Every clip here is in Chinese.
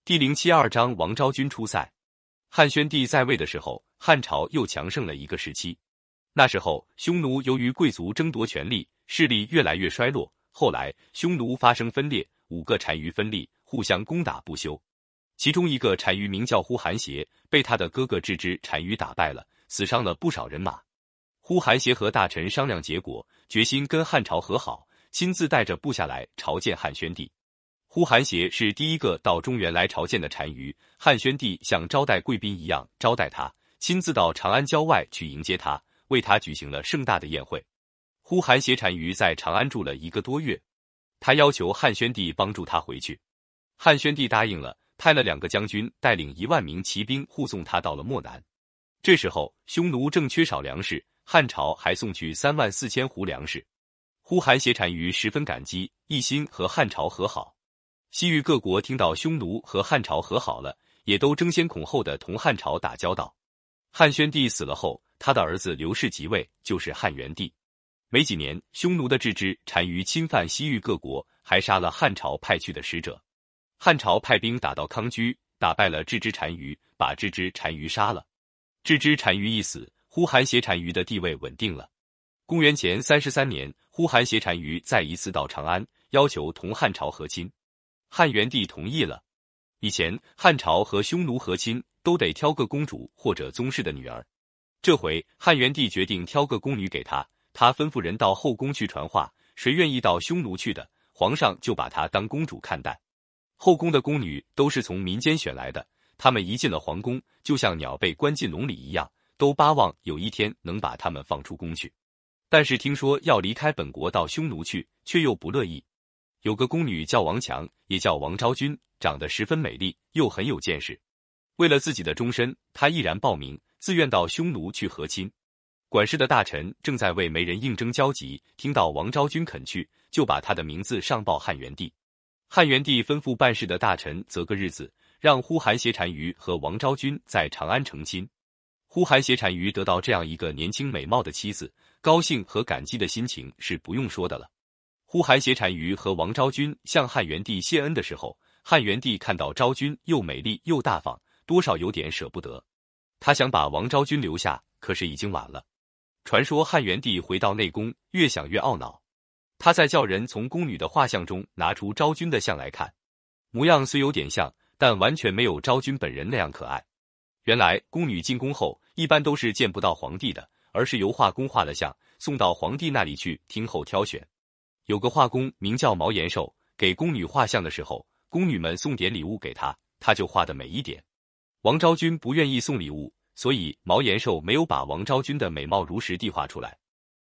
第072章王昭君出塞。汉宣帝在位的时候，汉朝又强盛了一个时期。那时候，匈奴由于贵族争夺权力，势力越来越衰落。后来，匈奴发生分裂，5个单于分立，互相攻打不休。其中一个单于名叫呼韩邪，被他的哥哥郅支单于打败了，死伤了不少人马。呼韩邪和大臣商量结果，决心跟汉朝和好，亲自带着部下来朝见汉宣帝。呼韩邪是第一个到中原来朝见的单于，汉宣帝像招待贵宾一样招待他，亲自到长安郊外去迎接他，为他举行了盛大的宴会。呼韩邪单于在长安住了1个多月，他要求汉宣帝帮助他回去。汉宣帝答应了，派了2个将军带领1万名骑兵护送他到了漠南。这时候匈奴正缺少粮食，汉朝还送去34000斛粮食。呼韩邪单于十分感激，一心和汉朝和好。西域各国听到匈奴和汉朝和好了，也都争先恐后的同汉朝打交道。汉宣帝死了后，他的儿子刘氏即位，就是汉元帝。没几年，匈奴的郅支单于侵犯西域各国，还杀了汉朝派去的使者。汉朝派兵打到康居，打败了郅支单于，把郅支单于杀了。郅支单于一死，呼韩邪单于的地位稳定了。公元前33年，呼韩邪单于再一次到长安，要求同汉朝和亲。汉元帝同意了。以前汉朝和匈奴和亲都得挑个公主或者宗室的女儿，这回汉元帝决定挑个宫女给他，他吩咐人到后宫去传话，谁愿意到匈奴去的，皇上就把她当公主看待。后宫的宫女都是从民间选来的，她们一进了皇宫，就像鸟被关进笼里一样，都巴望有一天能把她们放出宫去。但是听说要离开本国到匈奴去，却又不乐意。有个宫女叫王强，也叫王昭君，长得十分美丽，又很有见识。为了自己的终身，她毅然报名，自愿到匈奴去和亲。管事的大臣正在为媒人应征焦急，听到王昭君肯去，就把她的名字上报汉元帝。汉元帝吩咐办事的大臣择个日子，让呼韩邪单于和王昭君在长安成亲。呼韩邪单于得到这样一个年轻美貌的妻子，高兴和感激的心情是不用说的了。呼韩邪单于和王昭君向汉元帝谢恩的时候，汉元帝看到昭君又美丽又大方，多少有点舍不得。他想把王昭君留下，可是已经晚了。传说汉元帝回到内宫，越想越懊恼。他再叫人从宫女的画像中拿出昭君的像来看，模样虽有点像，但完全没有昭君本人那样可爱。原来宫女进宫后，一般都是见不到皇帝的，而是由画工画的像送到皇帝那里去听候挑选。有个画工名叫毛延寿，给宫女画像的时候，宫女们送点礼物给他，他就画得美一点。王昭君不愿意送礼物，所以毛延寿没有把王昭君的美貌如实地画出来。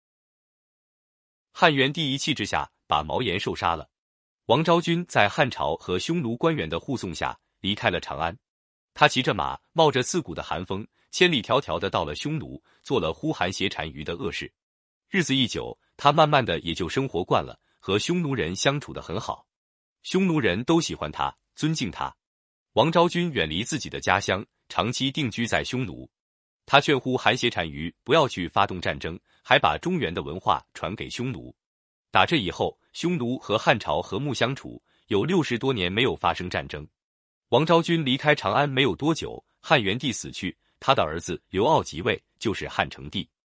汉元帝一气之下把毛延寿杀了。王昭君在汉朝和匈奴官员的护送下离开了长安。他骑着马，冒着刺骨的寒风，千里迢迢的到了匈奴，做了呼韩邪单于的恶事。日子一久，他慢慢的也就生活惯了，和匈奴人相处得很好。匈奴人都喜欢他，尊敬他。王昭君远离自己的家乡，长期定居在匈奴。他劝呼韩邪单于不要去发动战争，还把中原的文化传给匈奴。打这以后，匈奴和汉朝和睦相处，有60多年没有发生战争。王昭君离开长安没有多久，汉元帝死去，他的儿子刘骜即位，就是汉成帝。